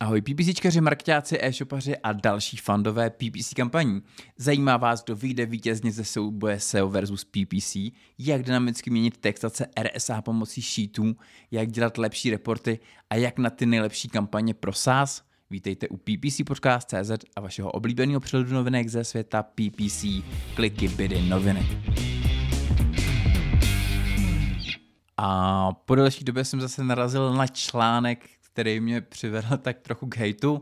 Ahoj PPCčkaři, marketáci, e-shopaři a další fandové PPC kampaní. Zajímá vás, kdo vyjde vítězně ze souboje SEO versus PPC, jak dynamicky měnit textace RSA pomocí sheetů, jak dělat lepší reporty a jak na ty nejlepší kampaně pro SaaS? Vítejte u ppcpodcast.cz a vašeho oblíbeného přehledu novinek ze světa PPC, kliky, bidy, noviny. A po delší době jsem zase narazil na článek, který mě přivedl tak trochu k hejtu.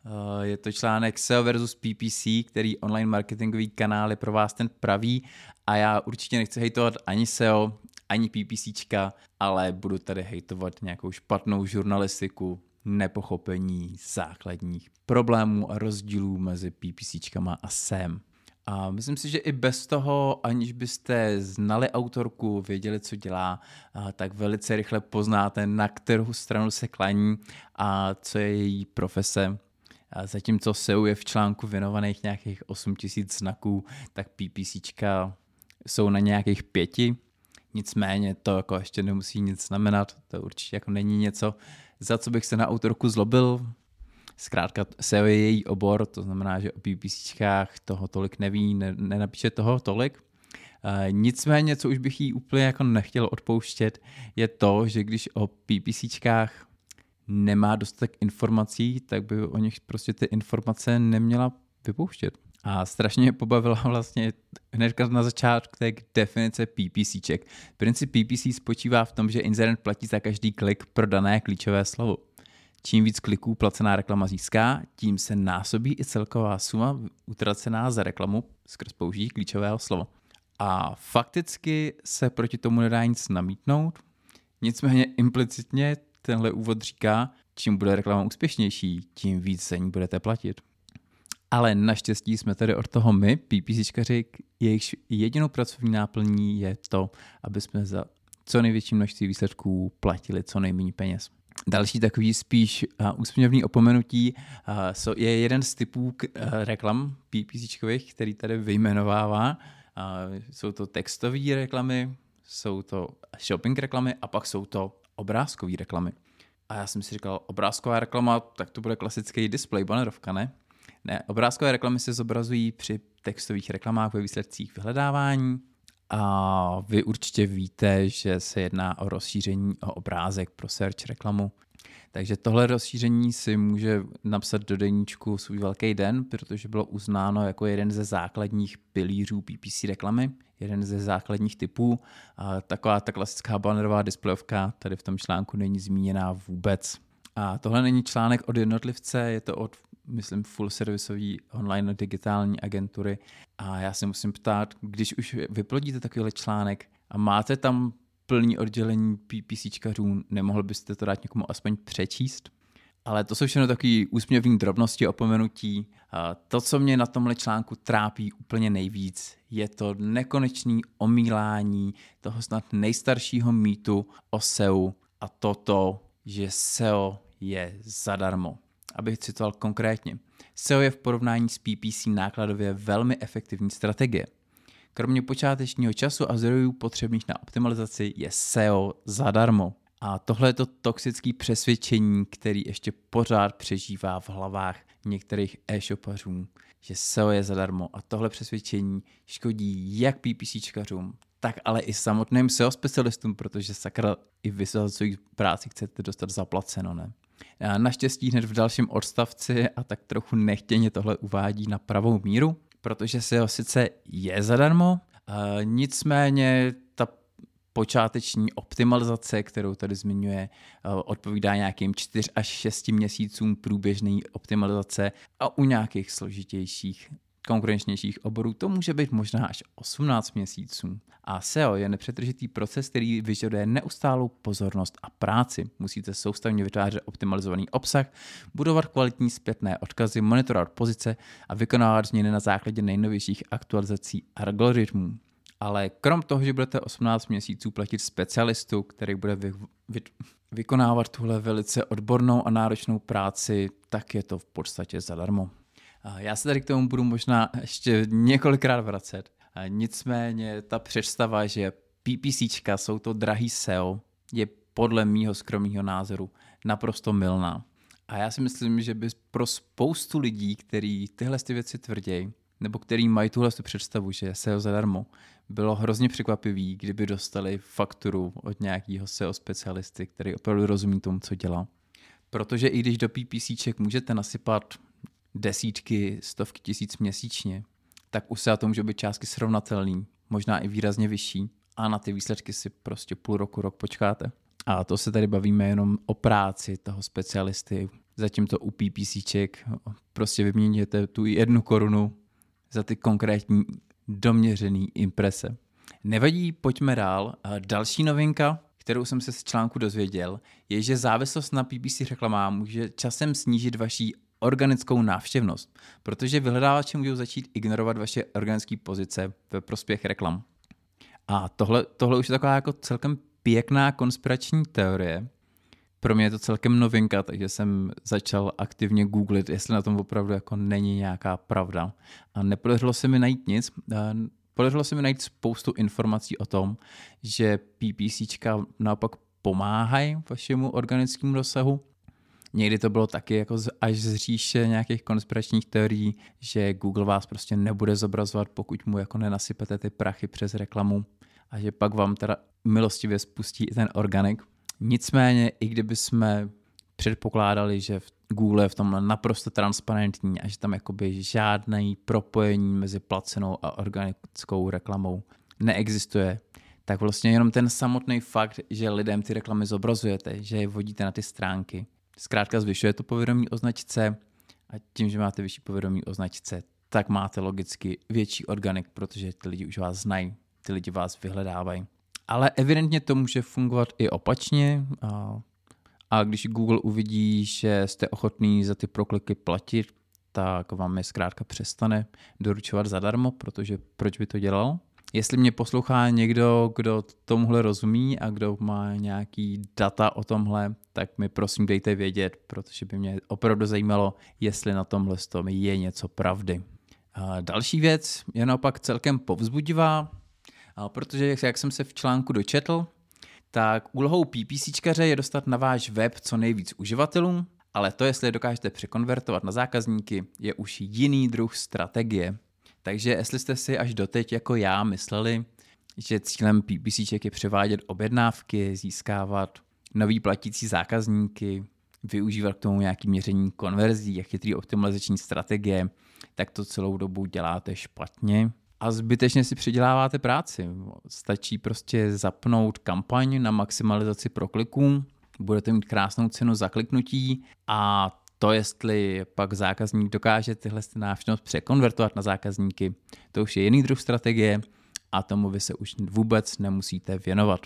Je to článek SEO versus PPC, který online marketingový kanály pro vás ten praví a já určitě nechci hejtovat ani SEO, ani PPCčka, ale budu tady hejtovat nějakou špatnou žurnalistiku, nepochopení základních problémů a rozdílů mezi PPCčkama a SEM. A myslím si, že i bez toho, aniž byste znali autorku, věděli, co dělá, tak velice rychle poznáte, na kterou stranu se klaní a co je její profese. A zatímco SEO je v článku věnovaných nějakých 8000 znaků, tak PPCčka jsou na nějakých 5. Nicméně to jako ještě nemusí nic znamenat, to určitě jako není něco, za co bych se na autorku zlobil. Zkrátka SEO je její obor, to znamená, že o PPCčkách toho tolik neví, nenapíše toho tolik. Nicméně, co už bych jí úplně jako nechtěl odpouštět, je to, že když o PPCčkách nemá dostatek informací, tak by o nich prostě ty informace neměla vypouštět. A strašně mě pobavila vlastně hned na začátku definice PPCček. Princip PPC spočívá v tom, že inzerent platí za každý klik pro dané klíčové slovo. Čím víc kliků placená reklama získá, tím se násobí i celková suma utracená za reklamu skrz použití klíčového slova. A fakticky se proti tomu nedá nic namítnout, nicméně implicitně tenhle úvod říká, čím bude reklama úspěšnější, tím víc za ní budete platit. Ale naštěstí jsme tady od toho my, PPCčkaři, jejichž jedinou pracovní náplní je to, aby jsme za co největší množství výsledků platili co nejméně peněz. Další takový spíš úsměvný opomenutí je jeden z typů reklam PPCčkových, který tady vyjmenovává. Jsou to textové reklamy, jsou to shopping reklamy a pak jsou to obrázkové reklamy. A já jsem si říkal, obrázková reklama, tak to bude klasický display, bannerovka, ne? Ne, obrázkové reklamy se zobrazují při textových reklamách ve výsledcích vyhledávání. A vy určitě víte, že se jedná o rozšíření o obrázek pro search reklamu. Takže tohle rozšíření si může napsat do deníčku svůj velký den, protože bylo uznáno jako jeden ze základních pilířů PPC reklamy, jeden ze základních typů. A taková ta klasická bannerová displejovka tady v tom článku není zmíněná vůbec. A tohle není článek od jednotlivce, je to od, myslím, full servisový online digitální agentury. A já se musím ptát, když už vyplodíte takovýhle článek a máte tam plný oddělení PPCčkařů, nemohl byste to dát někomu aspoň přečíst? Ale to jsou všechno takové úsměvné drobnosti, opomenutí. A to, co mě na tomhle článku trápí úplně nejvíc, je to nekonečné omílání toho snad nejstaršího mýtu o SEO a toto, že SEO je zadarmo. Abych citoval konkrétně. SEO je v porovnání s PPC nákladově velmi efektivní strategie. Kromě počátečního času a zdrojů potřebných na optimalizaci je SEO zadarmo. A tohle je to toxické přesvědčení, který ještě pořád přežívá v hlavách některých e-shopařů, že SEO je zadarmo. A tohle přesvědčení škodí jak PPCčkařům, tak ale i samotným SEO specialistům, protože sakra i vy za svou práci chcete dostat zaplaceno, ne? A naštěstí hned v dalším odstavci a tak trochu nechtěně tohle uvádí na pravou míru, protože SEO sice je zadarmo, nicméně ta počáteční optimalizace, kterou tady zmiňuje, odpovídá nějakým 4 až 6 měsícům průběžné optimalizace a u nějakých složitějších, konkurenčnějších oborů to může být možná až 18 měsíců. A SEO je nepřetržitý proces, který vyžaduje neustálou pozornost a práci. Musíte soustavně vytvářet optimalizovaný obsah, budovat kvalitní zpětné odkazy, monitorovat pozice a vykonávat změny na základě nejnovějších aktualizací algoritmů. Ale krom toho, že budete 18 měsíců platit specialistu, který bude vykonávat tuhle velice odbornou a náročnou práci, tak je to v podstatě zadarmo. Já se tady k tomu budu možná ještě několikrát vracet. Nicméně ta představa, že PPCčka jsou to drahý SEO, je podle mýho skromného názoru naprosto mylná. A já si myslím, že by pro spoustu lidí, kteří tyhle ty věci tvrdí, nebo který mají tuhle představu, že je SEO zadarmo, bylo hrozně překvapivý, kdyby dostali fakturu od nějakého SEO specialisty, který opravdu rozumí tomu, co dělá. Protože i když do PPCček můžete nasypat desítky, stovky tisíc měsíčně, tak u SEO to může být částky srovnatelný, možná i výrazně vyšší a na ty výsledky si prostě půl roku, rok počkáte. A to se tady bavíme jenom o práci toho specialisty. Zatímco u PPCček prostě vyměníte tu 1 korunu za ty konkrétní doměřený imprese. Nevadí, pojďme dál. Další novinka, kterou jsem se z článku dozvěděl, je, že závislost na PPC reklamách může časem snížit vaši organickou návštěvnost, protože vyhledávači můžou začít ignorovat vaše organické pozice ve prospěch reklam. A tohle už je taková jako celkem pěkná konspirační teorie. Pro mě je to celkem novinka, takže jsem začal aktivně googlit, jestli na tom opravdu jako není nějaká pravda. A nepodařilo se mi najít nic. Podařilo se mi najít spoustu informací o tom, že PPCčka naopak pomáhají vašemu organickému dosahu. Někdy to bylo taky jako až z říše nějakých konspiračních teorií, že Google vás prostě nebude zobrazovat, pokud mu jako nenasypete ty prachy přes reklamu a že pak vám teda milostivě spustí i ten organik. Nicméně, i kdyby jsme předpokládali, že Google je v tomhle naprosto transparentní a že tam jakoby žádné propojení mezi placenou a organickou reklamou neexistuje, tak vlastně jenom ten samotný fakt, že lidem ty reklamy zobrazujete, že je vodíte na ty stránky, zkrátka zvyšuje to povědomí o značce a tím, že máte vyšší povědomí o značce, tak máte logicky větší organik, protože ty lidi už vás znají, ty lidi vás vyhledávají. Ale evidentně to může fungovat i opačně a když Google uvidí, že jste ochotný za ty prokliky platit, tak vám je zkrátka přestane doručovat zadarmo, protože proč by to dělal? Jestli mě poslouchá někdo, kdo tomuhle rozumí a kdo má nějaký data o tomhle, tak mi prosím dejte vědět, protože by mě opravdu zajímalo, jestli na tomhle je něco pravdy. A další věc je naopak celkem povzbudivá, protože jak jsem se v článku dočetl, tak úlohou PPCčkaře je dostat na váš web co nejvíc uživatelů, ale to, jestli je dokážete překonvertovat na zákazníky, je už jiný druh strategie. Takže jestli jste si až doteď jako já mysleli, že cílem PPCček je převádět objednávky, získávat nový platící zákazníky, využívat k tomu nějaké měření konverzí a chytrý optimalizační strategie, tak to celou dobu děláte špatně a zbytečně si přiděláváte práci. Stačí prostě zapnout kampaň na maximalizaci prokliků, budete mít krásnou cenu za kliknutí a to, jestli pak zákazník dokáže tyhle návštěvnost překonvertovat na zákazníky, to už je jiný druh strategie a tomu vy se už vůbec nemusíte věnovat.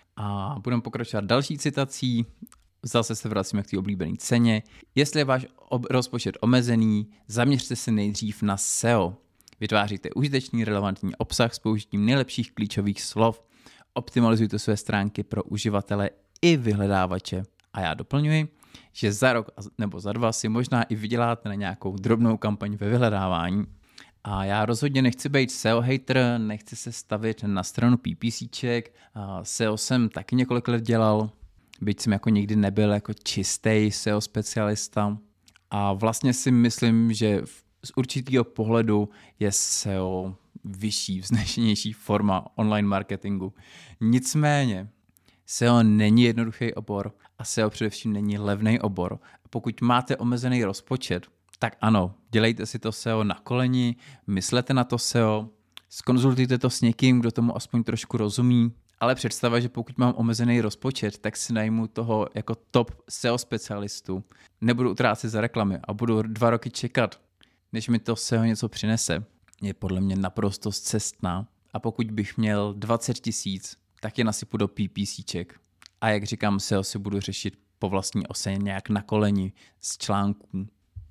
A budeme pokračovat další citací. Zase se vracíme k té oblíbené ceně. Jestli je váš rozpočet omezený, zaměřte se nejdřív na SEO. Vytváříte užitečný relevantní obsah s použitím nejlepších klíčových slov. Optimalizujte své stránky pro uživatele i vyhledávače. A já doplňuji, že za rok nebo za 2 si možná i vyděláte na nějakou drobnou kampaň ve vyhledávání. A já rozhodně nechci být SEO hater, nechci se stavit na stranu PPCček. SEO jsem taky několik let dělal, byť jsem jako nikdy nebyl jako čistý SEO specialista. A vlastně si myslím, že z určitého pohledu je SEO vyšší, vznešenější forma online marketingu. Nicméně SEO není jednoduchý obor a SEO především není levný obor. Pokud máte omezený rozpočet, tak ano, dělejte si to SEO na koleni, myslete na to SEO, zkonzultujte to s někým, kdo tomu aspoň trošku rozumí, ale představa, že pokud mám omezený rozpočet, tak si najmu toho jako top SEO specialistu, nebudu utrácet za reklamy a budu 2 roky čekat, než mi to SEO něco přinese, je podle mě naprosto scestná. A pokud bych měl 20 000, tak je nasypu do PPCček. A jak říkám, SEO si budu řešit po vlastní ose nějak na koleni z článků.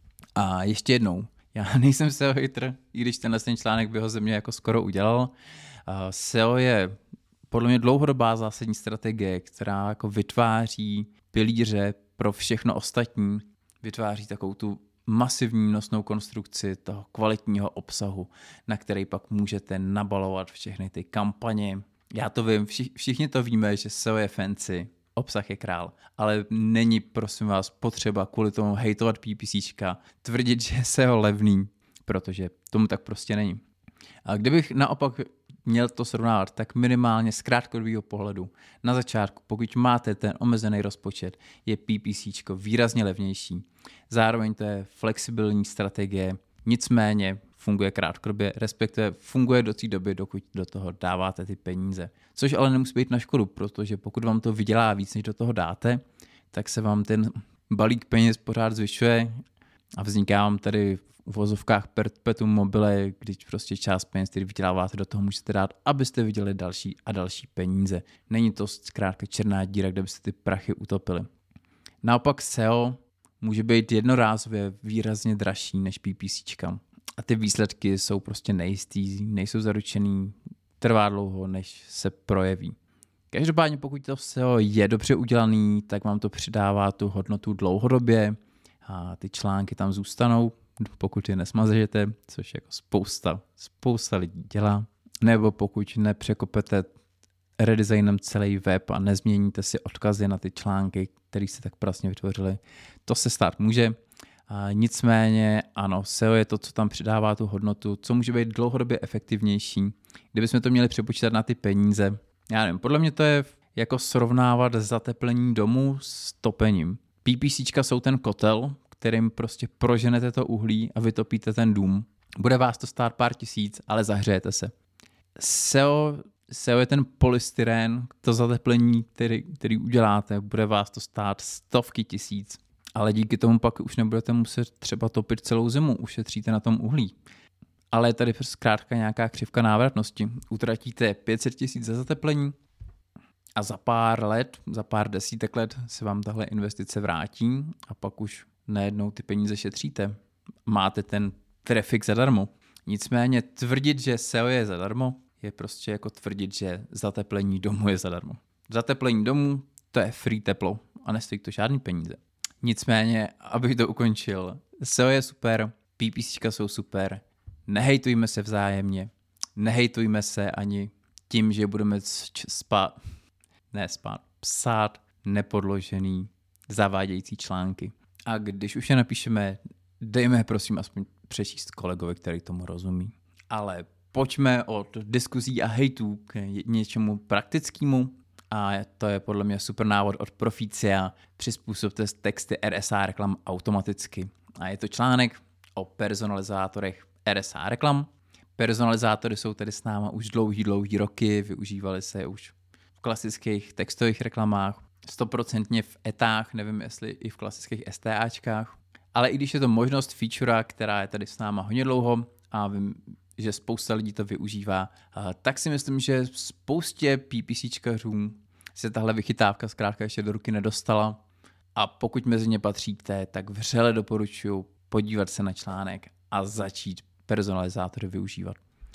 A ještě jednou, já nejsem SEO hater, i když ten článek by ho ze mě jako skoro udělal. SEO je podle mě dlouhodobá zásadní strategie, která jako vytváří pilíře pro všechno ostatní. Vytváří takovou tu masivní nosnou konstrukci toho kvalitního obsahu, na který pak můžete nabalovat všechny ty kampaně. Já to vím, všichni to víme, že SEO je fancy. obsah je král, ale není, prosím vás, potřeba kvůli tomu hejtovat PPCčka, tvrdit, že je SEO levný, protože tomu tak prostě není. A kdybych naopak měl to srovnávat, tak minimálně z krátkodobého pohledu na začátku, pokud máte ten omezený rozpočet, je PPCčko výrazně levnější. Zároveň to je flexibilní strategie, nicméně funguje krátkodobě, respektive funguje do té doby, dokud do toho dáváte ty peníze. Což ale nemusí být na škodu, protože pokud vám to vydělá víc, než do toho dáte, tak se vám ten balík peněz pořád zvyšuje a vzniká vám tady v uvozovkách perpetuum mobile, když prostě část peněz, který vyděláváte, do toho můžete dát, abyste viděli další a další peníze. Není to zkrátka černá díra, kde byste ty prachy utopili. Naopak SEO může být jednorázově výrazně dražší než PPCčka. A ty výsledky jsou prostě nejistý, nejsou zaručený, trvá dlouho, než se projeví. Každopádně pokud to SEO je dobře udělaný, tak vám to přidává tu hodnotu dlouhodobě a ty články tam zůstanou, pokud je nesmažete, což jako spousta lidí dělá. Nebo pokud nepřekopete redesignem celý web a nezměníte si odkazy na ty články, které se tak prasně vytvořily. To se stát může. Nicméně ano, SEO je to, co tam přidává tu hodnotu, co může být dlouhodobě efektivnější. Kdybychom to měli přepočítat na ty peníze, já nevím, podle mě to je jako srovnávat zateplení domu s topením. PPCčka jsou ten kotel, kterým prostě proženete to uhlí a vytopíte ten dům. Bude vás to stát pár tisíc, ale zahřejete se. SEO je ten polystyrén, to zateplení, který uděláte, bude vás to stát stovky tisíc. Ale díky tomu pak už nebudete muset třeba topit celou zimu, ušetříte na tom uhlí. Ale je tady zkrátka nějaká křivka návratnosti. Utratíte 500 tisíc za zateplení a za pár desítek let se vám tahle investice vrátí a pak už najednou ty peníze šetříte. Máte ten trafik zadarmo. Nicméně tvrdit, že SEO je zadarmo, je prostě jako tvrdit, že zateplení domu je zadarmo. Zateplení domu, to je free teplo a nestojí to žádný peníze. Nicméně, abych to ukončil, SEO je super, PPCčka jsou super, nehejtujme se vzájemně, nehejtujme se ani tím, že budeme psát nepodložený zavádějící články. A když už je napíšeme, dejme je prosím aspoň přečíst kolegovi, který tomu rozumí. Ale pojďme od diskuzí a hejtů k něčemu praktickému. A to je podle mě super návod od Proficia. Přizpůsobte texty RSA reklam automaticky. A je to článek o personalizátorech RSA reklam. Personalizátory jsou tady s náma už dlouhý roky, využívaly se už v klasických textových reklamách, 100% v etách, nevím jestli i v klasických STAčkách. Ale i když je to možnost feature, která je tady s náma hodně dlouho a vím, že spousta lidí to využívá, tak si myslím, že spoustě PPCčkařů se tahle vychytávka zkrátka ještě do ruky nedostala a pokud mezi ně patříte, tak vřele doporučuji podívat se na článek a začít personalizátory využívat.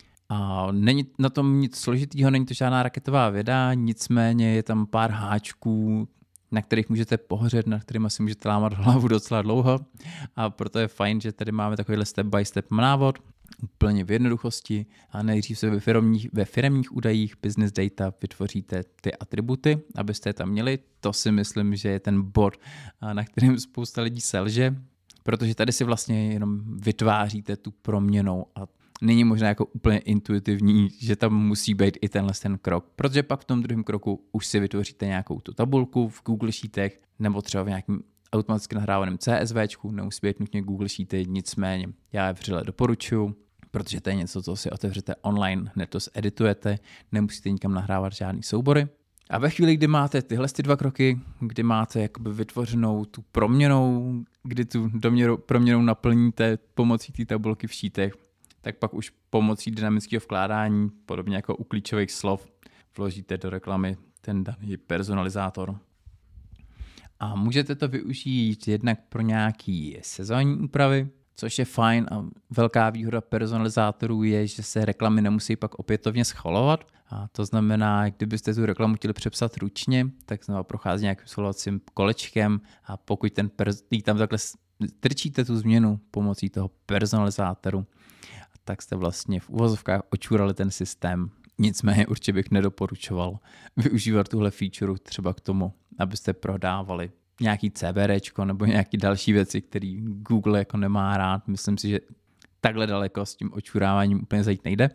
A není na tom nic složitýho, není to žádná raketová věda, nicméně je tam pár háčků, na kterých můžete pohořet, na kterými si můžete lámat hlavu docela dlouho a proto je fajn, že tady máme takovýhle step by step návod, úplně v jednoduchosti a nejdřív se ve firemních údajích business data vytvoříte ty atributy, abyste je tam měli. To si myslím, že je ten bod, na kterém spousta lidí selže, protože tady si vlastně jenom vytváříte tu proměnou a není možná jako úplně intuitivní, že tam musí být i ten krok, protože pak v tom druhém kroku už si vytvoříte nějakou tu tabulku v Google Sheetech nebo třeba v nějakým automaticky nahrávaném CSVčku, nemusí být nutně Google Sheety, nicméně já je vřele doporučuji, protože to je něco, co si otevřete online, hned to editujete, nemusíte nikam nahrávat žádný soubory. A ve chvíli, kdy máte tyhle dva kroky, kdy máte jakoby vytvořenou tu proměnou, kdy tu proměnou naplníte pomocí té tabulky v šítech, tak pak už pomocí dynamického vkládání, podobně jako u klíčových slov, vložíte do reklamy ten daný personalizátor. A můžete to využít jednak pro nějaký sezónní úpravy, což je fajn a velká výhoda personalizátorů je, že se reklamy nemusí pak opětovně schvalovat. A to znamená, kdybyste tu reklamu chtěli přepsat ručně, tak znovu prochází nějakým schvalovacím kolečkem a pokud tam takhle trčíte tu změnu pomocí toho personalizátoru, tak jste vlastně v uvozovkách očurali ten systém. Nicméně určitě bych nedoporučoval využívat tuhle feature třeba k tomu, abyste prodávali nějaký CBRčko nebo nějaký další věci, které Google jako nemá rád. Myslím si, že takhle daleko s tím očuráváním úplně zajít nejde.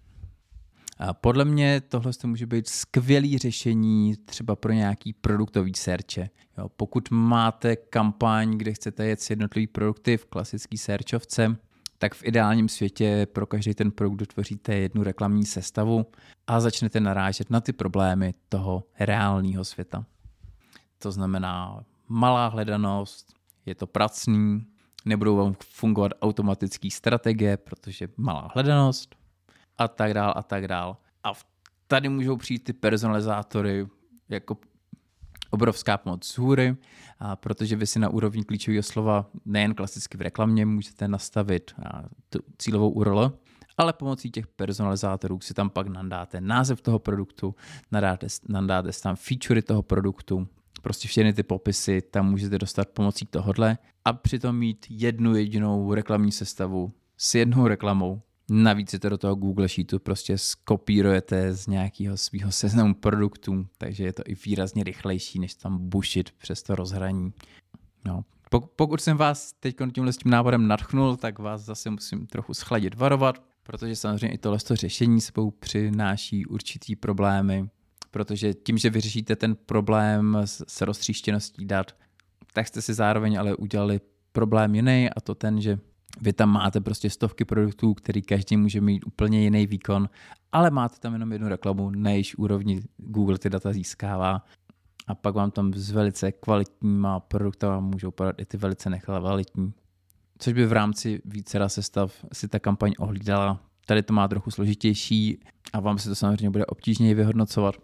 A podle mě tohle může být skvělé řešení třeba pro nějaký produktový searche. Jo, pokud máte kampaň, kde chcete jet jednotlivý produkty v klasický searchovce, tak v ideálním světě pro každý ten produkt vytvoříte jednu reklamní sestavu a začnete narážet na ty problémy toho reálného světa. To znamená malá hledanost, je to pracný, nebudou vám fungovat automatické strategie, protože malá hledanost a tak dál a tak dál. A tady můžou přijít ty personalizátory jako obrovská pomoc z hůry, protože vy si na úrovni klíčového slova nejen klasicky v reklamě můžete nastavit tu cílovou URL, ale pomocí těch personalizátorů si tam pak nadáte název toho produktu, nadáte tam featurey toho produktu, prostě všechny ty popisy tam můžete dostat pomocí tohodle a přitom mít jednu jedinou reklamní sestavu s jednou reklamou. Navíc si to do toho Google Sheetu prostě skopírujete z nějakého svého seznamu produktů, takže je to i výrazně rychlejší, než tam bušit přes to rozhraní. No. Pokud jsem vás teď tímhle s tím návodem nadchnul, tak vás zase musím trochu schladit, varovat, protože samozřejmě i tohle řešení sebou přináší určitý problémy, protože tím, že vyřešíte ten problém s roztříštěností dat, tak jste si zároveň ale udělali problém jiný, a to ten, že vy tam máte prostě stovky produktů, který každý může mít úplně jiný výkon, ale máte tam jenom jednu reklamu, na jejíž úrovni Google ty data získává, a pak vám tam s velice kvalitníma produktama můžou padat i ty velice nekvalitní. Což by v rámci vícera sestav si ta kampaň ohlídala. Tady to má trochu složitější a vám se to samozřejmě bude obtížněji vyhodnocovat.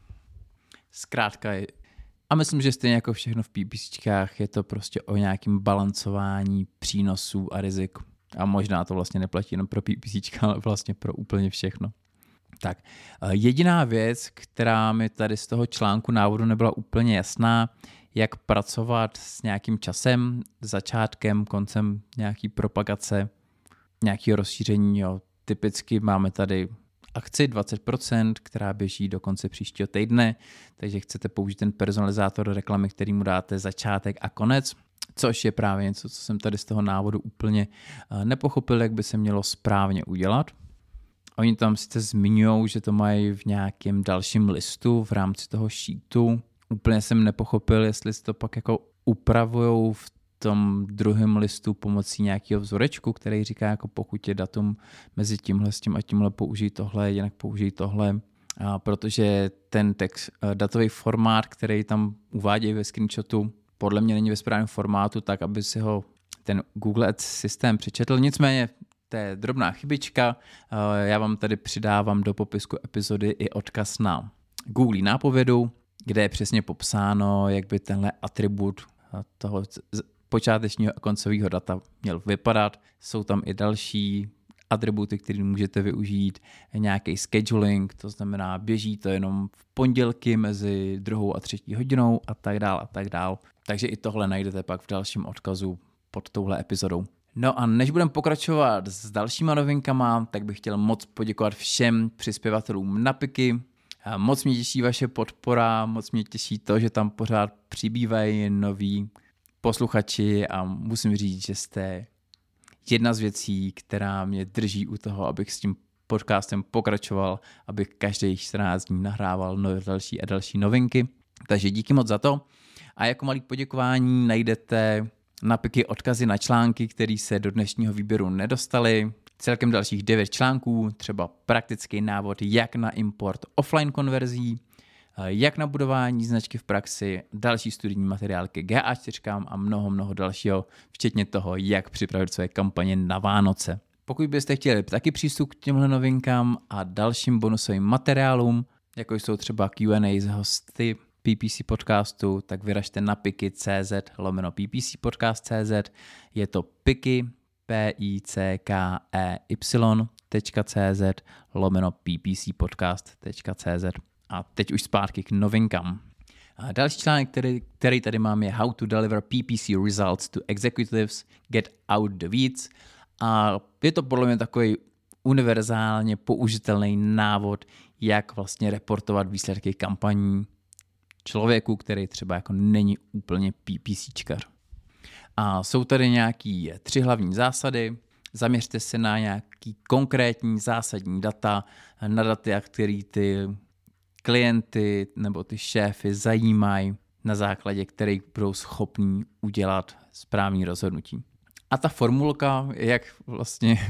Zkrátka a myslím, že stejně jako všechno v PPCčkách je to prostě o nějakém balancování přínosů a rizik. A možná to vlastně neplatí jenom pro PPCčka, ale vlastně pro úplně všechno. Tak, jediná věc, která mi tady z toho článku návodu nebyla úplně jasná, jak pracovat s nějakým časem, začátkem, koncem nějaký propagace, nějakého rozšíření. Jo. Typicky máme tady akci 20%, která běží do konce příštího týdne, takže chcete použít ten personalizátor reklamy, který mu dáte začátek a konec, což je právě něco, co jsem tady z toho návodu úplně nepochopil, jak by se mělo správně udělat. Oni tam sice zmiňují, že to mají v nějakém dalším listu v rámci toho sheetu. Úplně jsem nepochopil, jestli se to pak jako upravujou v tom druhém listu pomocí nějakého vzorečku, který říká, jako pokud je datum mezi tímhle s tím a tímhle, použij tohle, jinak použij tohle. Protože ten text, datový formát, který tam uvádějí ve screenshotu, podle mě není ve správném formátu, tak aby si ho ten Google Ads systém přečetl. Nicméně to je drobná chybička. Já vám tady přidávám do popisku epizody i odkaz na Google nápovědu, kde je přesně popsáno, jak by tenhle atribut toho počátečního a koncového data měl vypadat. Jsou tam i další atributy, které můžete využít, nějaký scheduling, to znamená běží to jenom v pondělky mezi 2. a 3. hodinou a tak dál a tak dál. Takže i tohle najdete pak v dalším odkazu pod touhle epizodou. No a než budeme pokračovat s dalšíma novinkama, tak bych chtěl moc poděkovat všem přispěvatelům na Piky. Moc mě těší vaše podpora, moc mě těší to, že tam pořád přibývají noví posluchači a musím říct, že jste jedna z věcí, která mě drží u toho, abych s tím podcastem pokračoval, abych každých 14 dní nahrával další a další novinky. Takže díky moc za to. A jako malý poděkování najdete na Piky odkazy na články, které se do dnešního výběru nedostaly. Celkem dalších 9 článků, třeba praktický návod, jak na import offline konverzí, jak na budování značky v praxi, další studijní materiál ke GA4 a mnoho dalšího, včetně toho, jak připravit své kampaně na Vánoce. Pokud byste chtěli taky přístup k těmhle novinkám a dalším bonusovým materiálům, jako jsou třeba Q&A s hosty PPC podcastu, tak vyražte na piky.cz/ppcpodcast.cz. Je to piky, pickey.cz/ppcpodcast.cz. A teď už zpátky k novinkám. A další článek, který tady mám, je How to deliver PPC results to executives, get out the weeds. A je to podle mě takový univerzálně použitelný návod, jak vlastně reportovat výsledky kampaní člověku, který třeba jako není úplně PPCčkař. A jsou tady nějaký 3 hlavní zásady. Zaměřte se na nějaký konkrétní zásadní data, na data, který ty klienty nebo ty šéfy zajímají, na základě kterých budou schopní udělat správný rozhodnutí. A ta formulka, jak vlastně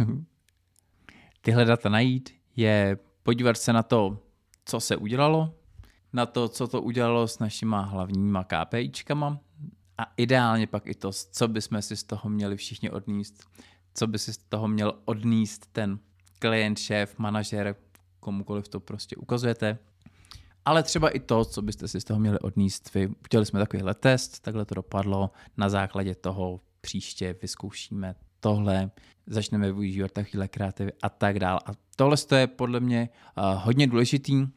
tyhle data najít, je podívat se na to, co se udělalo, na to, co to udělalo s našima hlavníma KPIčkama a ideálně pak i to, co bychom si z toho měli všichni odníst, co by si z toho měl odníst ten klient, šéf, manažer, komukoliv to prostě ukazujete. Ale třeba i to, co byste si z toho měli odníst vy. Udělali jsme takovýhle test, takhle to dopadlo, na základě toho příště vyzkoušíme tohle, začneme využívat takovýhle kreativy a tak dále. A tohle je podle mě hodně důležitý.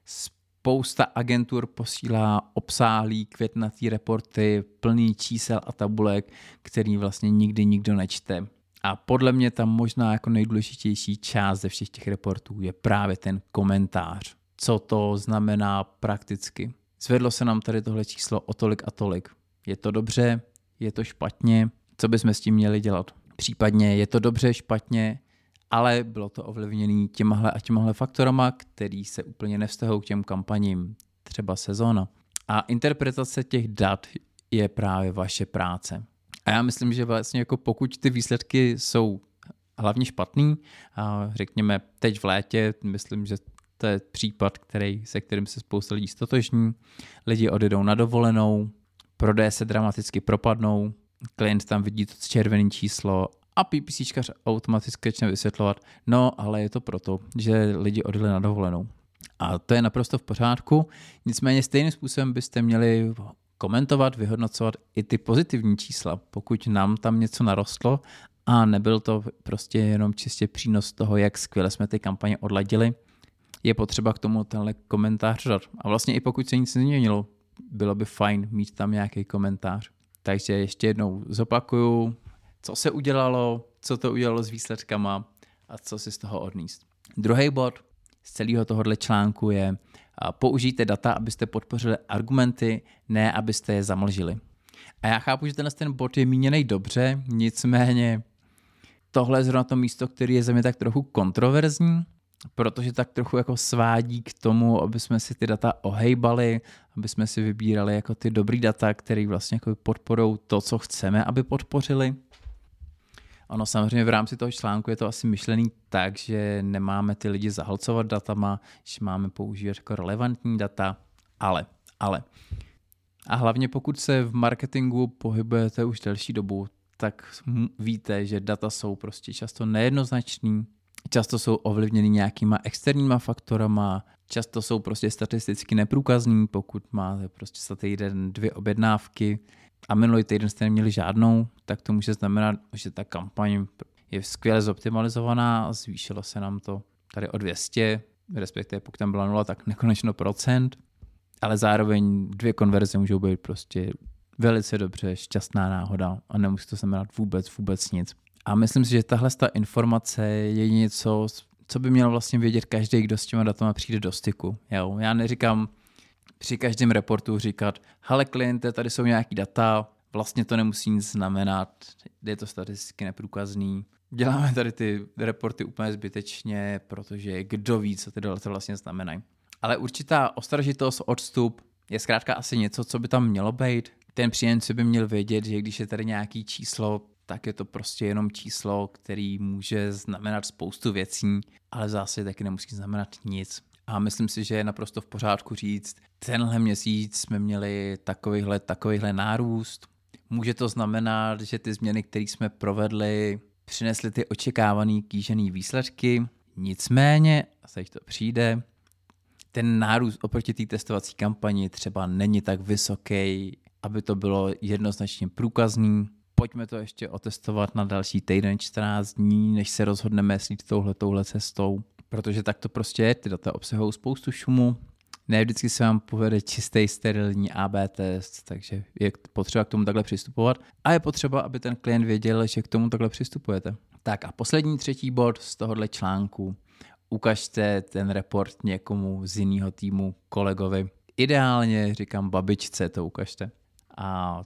Spousta agentur posílá obsáhlý květnatý reporty, plný čísel a tabulek, který vlastně nikdy nikdo nečte. A podle mě tam možná jako nejdůležitější část ze všech těch reportů je právě ten komentář. Co to znamená prakticky? Zvedlo se nám tady tohle číslo o tolik a tolik. Je to dobře? Je to špatně? Co bychom s tím měli dělat? Případně je to dobře, špatně, ale bylo to ovlivněné těmahle faktorama, který se úplně nevztahují k těm kampaním, třeba sezóna. A interpretace těch dat je právě vaše práce. A já myslím, že vlastně jako pokud ty výsledky jsou hlavně špatný, a řekněme teď v létě, myslím, že to je případ, se kterým se spousta lidí stotožní, lidi odjedou na dovolenou, prodeje se dramaticky propadnou, klient tam vidí to červené číslo a PPCčkař automaticky začne vysvětlovat, no ale je to proto, že lidi odjeli na dovolenou. A to je naprosto v pořádku, nicméně stejným způsobem byste měli komentovat, vyhodnocovat i ty pozitivní čísla, pokud nám tam něco narostlo a nebyl to prostě jenom čistě přínos toho, jak skvěle jsme ty kampaně odladili, je potřeba k tomu tenhle komentář dát. A vlastně i pokud se nic nezměnilo, bylo by fajn mít tam nějaký komentář. Takže ještě jednou zopakuju, co se udělalo, co to udělalo s výsledkama a co si z toho odníst. Druhý bod z celého tohohle článku je použijte data, abyste podpořili argumenty, ne abyste je zamlžili. A já chápu, že ten bod je míněný dobře, nicméně tohle je zrovna to místo, které je za mě tak trochu kontroverzní, protože tak trochu jako svádí k tomu, aby jsme si ty data ohejbali, aby jsme si vybírali jako ty dobrý data, které vlastně jako podporují to, co chceme, aby podpořili. Ono samozřejmě v rámci toho článku je to asi myšlený tak, že nemáme ty lidi zahlcovat datama, že máme používat jako relevantní data, ale. A hlavně pokud se v marketingu pohybujete už delší dobu, tak víte, že data jsou prostě často nejednoznačný, často jsou ovlivněny nějakýma externíma faktorama, často jsou prostě statisticky neprůkazný, pokud máte prostě za týden 2 objednávky a minulý týden jste neměli žádnou, tak to může znamenat, že ta kampaň je skvěle zoptimalizovaná, zvýšilo se nám to tady o 200, respektive pokud tam byla 0, tak nekonečno procent, ale zároveň 2 konverze můžou být prostě velice dobře, šťastná náhoda a nemusí to znamenat vůbec nic. A myslím si, že tahle informace je něco, co by měl vlastně vědět každý, kdo s těma datama přijde do styku. Jo? Já neříkám při každém reportu říkat, hele kliente, tady jsou nějaký data, vlastně to nemusí nic znamenat, je to statisticky neprůkazný. Děláme tady ty reporty úplně zbytečně, protože kdo ví, co ty data vlastně znamenají. Ale určitá ostražitost, odstup je zkrátka asi něco, co by tam mělo být. Ten příjemce by měl vědět, že když je tady nějaký číslo, tak je to prostě jenom číslo, který může znamenat spoustu věcí, ale v zásadě taky nemusí znamenat nic. A myslím si, že je naprosto v pořádku říct, tenhle měsíc jsme měli takovýhle nárůst. Může to znamenat, že ty změny, které jsme provedli, přinesly ty očekávané kýžené výsledky. Nicméně, a teď to přijde, ten nárůst oproti té testovací kampani třeba není tak vysoký, aby to bylo jednoznačně průkazný. Pojďme to ještě otestovat na další týden, 14 dní, než se rozhodneme jít touhle cestou. Protože tak to prostě je, ty data obsahují spoustu šumu. Ne vždycky se vám povede čistý, sterilní AB test, takže je potřeba k tomu takhle přistupovat. A je potřeba, aby ten klient věděl, že k tomu takhle přistupujete. Tak a poslední 3. bod z tohohle článku. Ukažte ten report někomu z jiného týmu, kolegovi. Ideálně, říkám babičce, to ukažte. A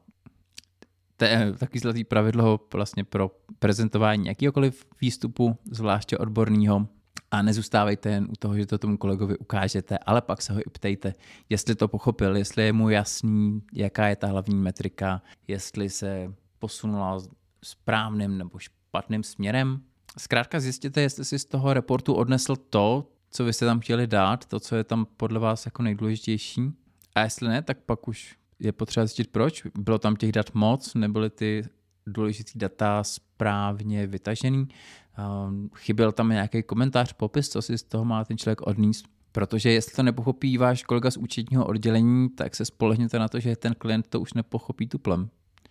to je taky zlatý pravidlo vlastně pro prezentování jakýkoliv výstupu, zvláště odborného. A nezůstávejte jen u toho, že to tomu kolegovi ukážete, ale pak se ho i ptejte, jestli to pochopil, jestli je mu jasný, jaká je ta hlavní metrika, jestli se posunula správným nebo špatným směrem. Zkrátka zjistěte, jestli si z toho reportu odnesl to, co vy jste tam chtěli dát, to, co je tam podle vás jako nejdůležitější. A jestli ne, tak pak už je potřeba zjistit proč. Bylo tam těch dat moc, nebyly ty důležitý data správně vytažený. Chyběl tam nějaký komentář, popis, co si z toho má ten člověk odníst. Protože jestli to nepochopí váš kolega z účetního oddělení, tak se spolehněte na to, že ten klient to už nepochopí tuplem.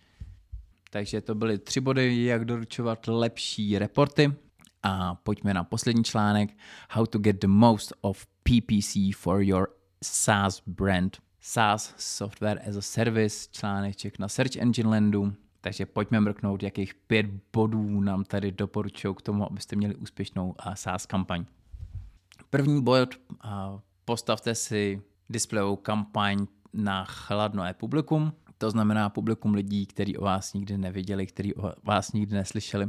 Takže to byly 3 body, jak doručovat lepší reporty. A pojďme na poslední článek. How to get the most of PPC for your SaaS brand. SaaS, Software as a Service, článeček na Search Engine Landu. Takže pojďme mrknout, jakých 5 bodů nám tady doporučují k tomu, abyste měli úspěšnou SaaS kampaň. První bod, postavte si displejovou kampaň na chladné publikum. To znamená publikum lidí, kteří o vás nikdy neviděli, kteří o vás nikdy neslyšeli.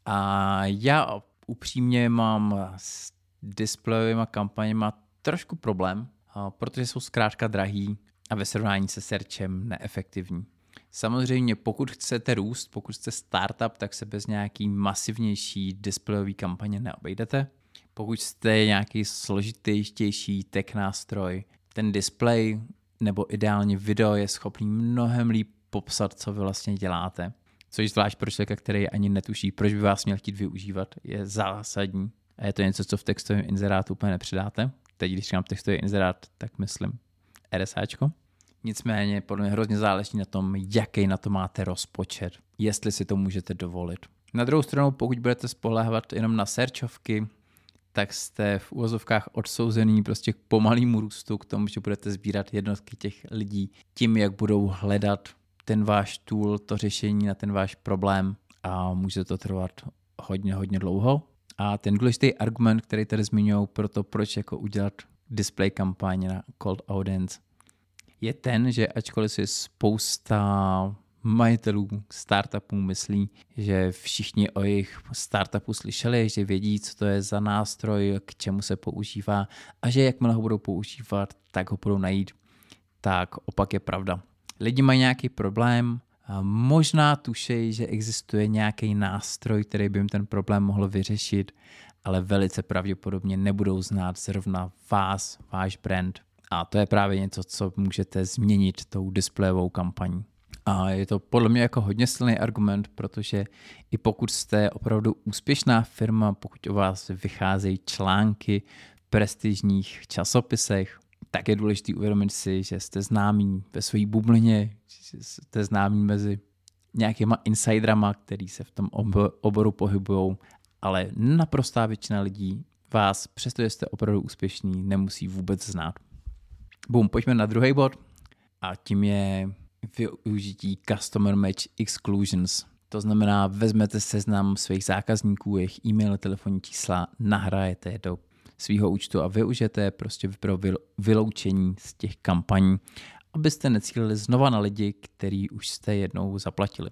A já upřímně mám s displejovými kampaněma trošku problém, protože jsou zkrátka drahý a ve srovnání se searchem neefektivní. Samozřejmě pokud chcete růst, pokud jste startup, tak se bez nějaký masivnější displejový kampaně neobejdete. Pokud jste nějaký složitější tech nástroj, ten displej nebo ideálně video je schopný mnohem líp popsat, co vy vlastně děláte. Což zvlášť pro člověka, který ani netuší, proč by vás měl chtít využívat, je zásadní. A je to něco, co v textovém inzerátu úplně nepřidáte. Teď, když říkám textový inzerát, tak myslím RSAčko. Nicméně podle mě hrozně záleží na tom, jaký na to máte rozpočet, jestli si to můžete dovolit. Na druhou stranu, pokud budete spoléhat jenom na searchovky, tak jste v uvozovkách odsouzený prostě k pomalému růstu, k tomu, že budete sbírat jednotky těch lidí tím, jak budou hledat ten váš tool, to řešení na ten váš problém a může to trvat hodně dlouho. A ten důležitý argument, který tady zmiňují pro to, proč jako udělat display kampaň na cold audience, je ten, že ačkoliv si spousta majitelů startupů myslí, že všichni o jejich startupu slyšeli, že vědí, co to je za nástroj, k čemu se používá a že jakmile ho budou používat, tak ho budou najít, tak opak je pravda. Lidi mají nějaký problém, možná tušejí, že existuje nějaký nástroj, který by jim ten problém mohl vyřešit, ale velice pravděpodobně nebudou znát zrovna vás, váš brand. A to je právě něco, co můžete změnit tou displejovou kampaní. A je to podle mě jako hodně silný argument, protože i pokud jste opravdu úspěšná firma, pokud o vás vycházejí články v prestižních časopisech, tak je důležité uvědomit si, že jste známí ve své bublině, že jste známí mezi nějakýma insiderama, který se v tom oboru pohybují, ale naprostá většina lidí vás, přestože jste opravdu úspěšní, nemusí vůbec znát. Pojďme na druhý bod a tím je využití Customer Match Exclusions. To znamená, vezmete seznam svých zákazníků, jejich e-mail, telefonní čísla, nahrajete je do svého účtu a využijete je prostě pro vyloučení z těch kampaní, abyste necílili znova na lidi, který už jste jednou zaplatili.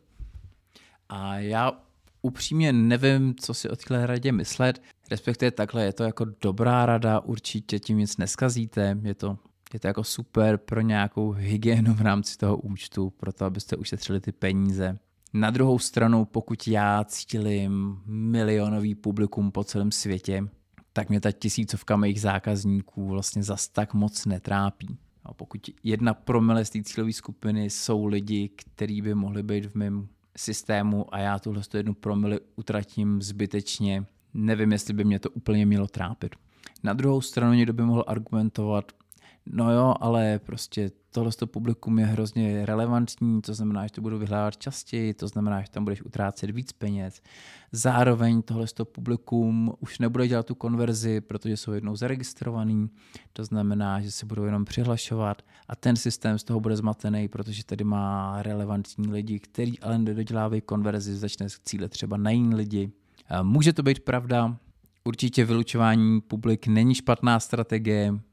A já upřímně nevím, co si o téhle radě myslet, respektive takhle je to jako dobrá rada, určitě tím nic neskazíte, je to jako super pro nějakou hygienu v rámci toho účtu, pro to, abyste ušetřili ty peníze. Na druhou stranu, pokud já cílím milionový publikum po celém světě, tak mě ta tisícovka mých zákazníků vlastně zas tak moc netrápí. A pokud 1% z té cílové skupiny jsou lidi, kteří by mohli být v mém systému a já tuhle 1% utratím zbytečně, nevím, jestli by mě to úplně mělo trápit. Na druhou stranu někdo by mohl argumentovat, no jo, ale prostě tohle publikum je hrozně relevantní, to znamená, že to budu vyhledávat častěji, to znamená, že tam budeš utrácet víc peněz. Zároveň tohle publikum už nebude dělat tu konverzi, protože jsou jednou zaregistrovaný, to znamená, že se budou jenom přihlašovat a ten systém z toho bude zmatený, protože tady má relevantní lidi, který ale nedodělávají konverzi, začne cílet třeba na jiný lidi. Může to být pravda, určitě vylučování publik není špatná strategie,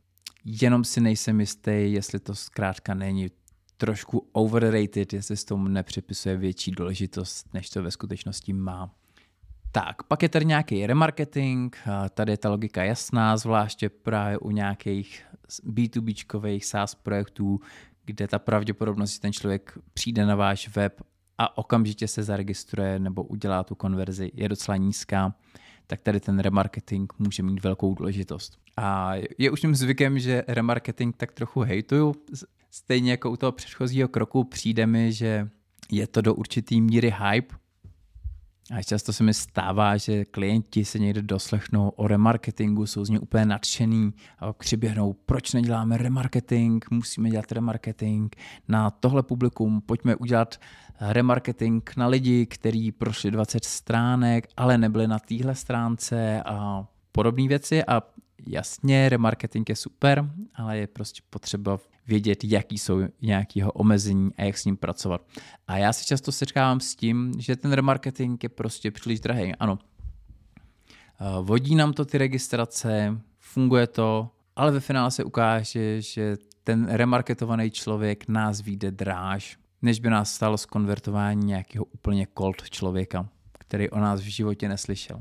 jenom si nejsem jistý, jestli to zkrátka není trošku overrated, jestli se tomu nepřipisuje větší důležitost, než to ve skutečnosti má. Tak, pak je tady nějaký remarketing, tady je ta logika jasná, zvláště právě u nějakých B2Bčkových SaaS projektů, kde ta pravděpodobnost, že ten člověk přijde na váš web a okamžitě se zaregistruje nebo udělá tu konverzi, je docela nízká, tak tady ten remarketing může mít velkou důležitost. A je už tím zvykem, že remarketing tak trochu hejtuju, stejně jako u toho předchozího kroku přijde mi, že je to do určitý míry hype. A často se mi stává, že klienti se někde doslechnou o remarketingu, jsou z něj úplně nadšený a přiběhnou, proč neděláme remarketing, musíme dělat remarketing na tohle publikum, pojďme udělat remarketing na lidi, kteří prošli 20 stránek, ale nebyli na téhle stránce a podobné věci. A jasně, remarketing je super, ale je prostě potřeba vědět, jaký jsou nějakého omezení a jak s ním pracovat. A já se často setkávám s tím, že ten remarketing je prostě příliš drahý. Ano, vodí nám to ty registrace, funguje to, ale ve finále se ukáže, že ten remarketovaný člověk nás vyjde dráž, než by nás stálo zkonvertování nějakého úplně cold člověka, který o nás v životě neslyšel.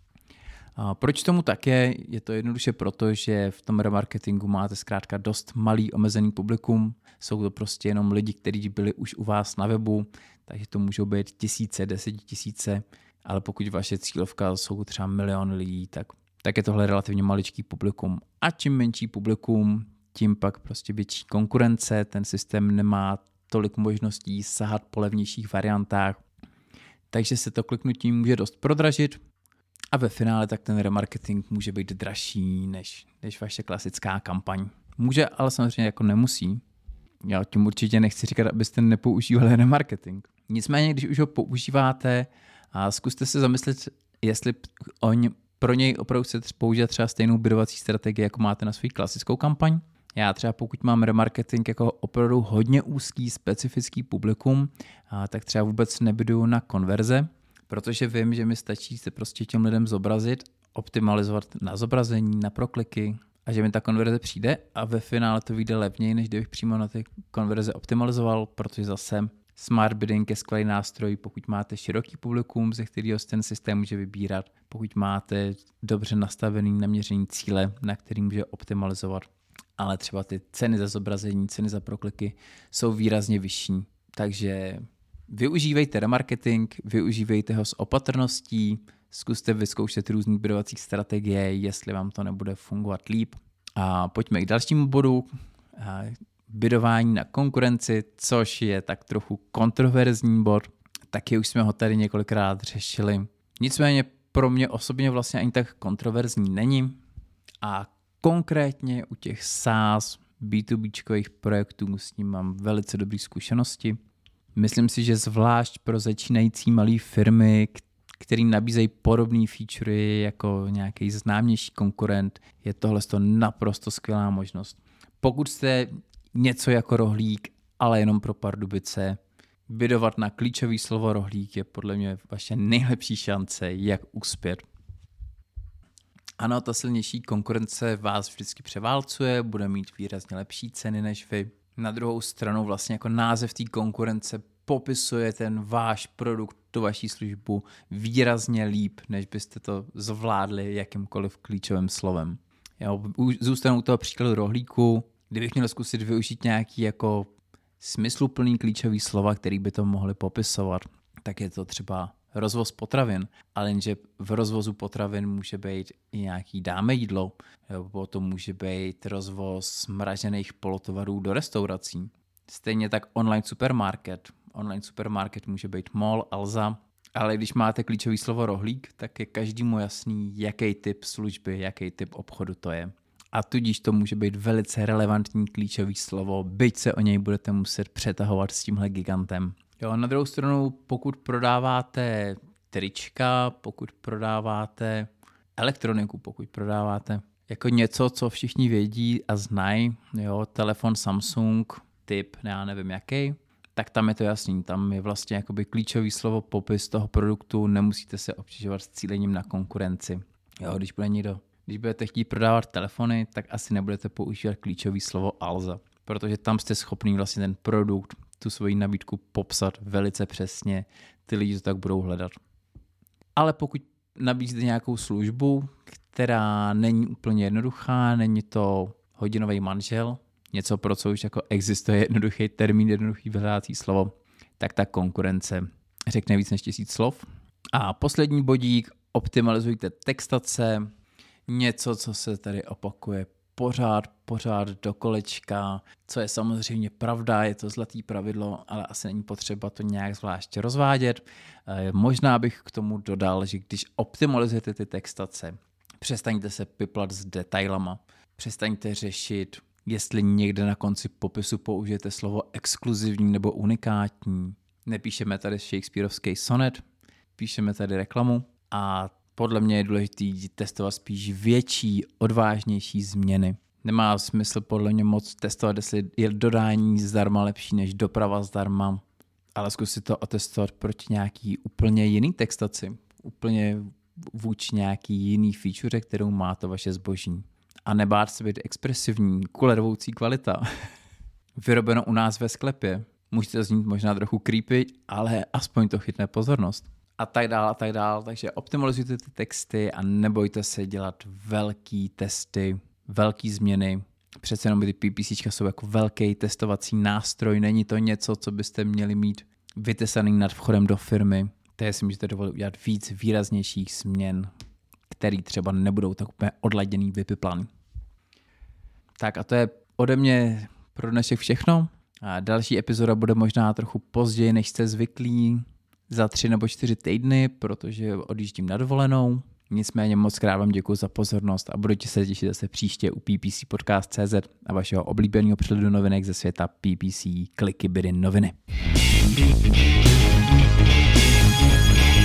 A proč tomu tak je? Je to jednoduše proto, že v tom remarketingu máte zkrátka dost malý omezený publikum. Jsou to prostě jenom lidi, kteří byli už u vás na webu, takže to můžou být tisíce, 10 000, ale pokud vaše cílovka jsou třeba milion lidí, tak je tohle relativně maličký publikum. A čím menší publikum, tím pak prostě větší konkurence, ten systém nemá tolik možností sahat po levnějších variantách, takže se to kliknutím může dost prodražit. A ve finále tak ten remarketing může být dražší než vaše klasická kampaň. Může, ale samozřejmě jako nemusí. Já tím určitě nechci říkat, abyste nepoužívali remarketing. Nicméně, když už ho používáte, zkuste se zamyslet, jestli pro něj opravdu chcete použít třeba stejnou budovací strategii, jako máte na svou klasickou kampaň. Já třeba pokud mám remarketing jako opravdu hodně úzký, specifický publikum, tak třeba vůbec nebudu na konverze, protože vím, že mi stačí se prostě těm lidem zobrazit, optimalizovat na zobrazení, na prokliky a že mi ta konverze přijde a ve finále to vyjde levněji, než kdybych přímo na ty konverze optimalizoval, protože zase Smart Bidding je skvělý nástroj, pokud máte široký publikum, ze kterého ten systém může vybírat, pokud máte dobře nastavený naměřený cíle, na který může optimalizovat, ale třeba ty ceny za zobrazení, ceny za prokliky jsou výrazně vyšší, takže využívejte remarketing, využívejte ho s opatrností, zkuste vyzkoušet různý budovací strategie, jestli vám to nebude fungovat líp. A pojďme k dalšímu bodu, bidování na konkurenci, což je tak trochu kontroverzní bod. Taky už jsme ho tady několikrát řešili. Nicméně pro mě osobně vlastně ani tak kontroverzní není. A konkrétně u těch SaaS B2Bčkových projektů s ním mám velice dobré zkušenosti. Myslím si, že zvlášť pro začínající malé firmy, které nabízejí podobné featurey jako nějaký známější konkurent, je tohle naprosto skvělá možnost. Pokud jste něco jako rohlík, ale jenom pro Pardubice, bidovat na klíčový slovo rohlík je podle mě vaše nejlepší šance, jak uspět. Ano, ta silnější konkurence vás vždycky převálcuje, bude mít výrazně lepší ceny než vy. Na druhou stranu vlastně jako název té konkurence popisuje ten váš produkt, tu vaši službu výrazně líp, než byste to zvládli jakýmkoliv klíčovým slovem. Já zůstanu u toho příkladu rohlíku, kdybych měl zkusit využít nějaký jako smysluplný klíčový slova, který by to mohli popisovat, tak je to třeba rozvoz potravin, ale jenže v rozvozu potravin může být i nějaký dáme jídlo, nebo to může být rozvoz mražených polotovarů do restaurací. Stejně tak online supermarket. Online supermarket může být mall, Alza, ale když máte klíčový slovo rohlík, tak je každému jasný, jaký typ služby, jaký typ obchodu to je. A tudíž to může být velice relevantní klíčový slovo, byť se o něj budete muset přetahovat s tímhle gigantem. Jo, na druhou stranu, pokud prodáváte trička, pokud prodáváte elektroniku, pokud prodáváte jako něco, co všichni vědí a znají, jo, telefon Samsung, typ, já nevím jaký, tak tam je to jasný, tam je vlastně jakoby klíčový slovo popis toho produktu, nemusíte se obtěžovat s cílením na konkurenci. Jo, když bude někdo Když budete chtít prodávat telefony, tak asi nebudete používat klíčové slovo Alza, protože tam jste schopný vlastně ten produkt, tu svoji nabídku popsat velice přesně, ty lidi to tak budou hledat. Ale pokud nabízíte nějakou službu, která není úplně jednoduchá, není to hodinový manžel, něco, pro co už jako existuje jednoduchý termín, jednoduchý vyhledávací slovo, tak ta konkurence řekne víc než 1000 slov. A poslední bodík, optimalizujte textace, něco, co se tady opakuje pořád do kolečka, co je samozřejmě pravda, je to zlatý pravidlo, ale asi není potřeba to nějak zvláště rozvádět. Možná bych k tomu dodal, že když optimalizujete ty textace, přestaňte se piplat s detailama, přestaňte řešit, jestli někde na konci popisu použijete slovo exkluzivní nebo unikátní. Nepíšeme tady shakespearovský sonet, píšeme tady reklamu a podle mě je důležité testovat spíš větší, odvážnější změny. Nemá smysl podle mě moc testovat, jestli je dodání zdarma lepší než doprava zdarma, ale zkusit to otestovat proti nějaký úplně jiný textaci, úplně vůči nějaký jiný feature, kterou má to vaše zboží. A nebát se být expresivní, kulervoucí kvalita. Vyrobeno u nás ve sklepě. Můžete to znít možná trochu creepy, ale aspoň to chytne pozornost. A tak dál. Takže optimalizujte ty texty a nebojte se dělat velký testy, velký změny. Přece jenom ty PPCčka jsou jako velký testovací nástroj, není to něco, co byste měli mít vytesaný nad vchodem do firmy. Tady si můžete dovolit udělat víc výraznějších změn, který třeba nebudou tak úplně odladěný, vypiplaný. Tak a to je ode mě pro dnešek všechno. A další epizoda bude možná trochu později, než jste zvyklí, za 3 nebo 4 týdny, protože odjíždím na dovolenou. Nicméně moc krát vám děkuji za pozornost a budu se těšit zase příště u ppcpodcast.cz a vašeho oblíbeného přehledu novinek ze světa PPC, kliky, bydy, noviny.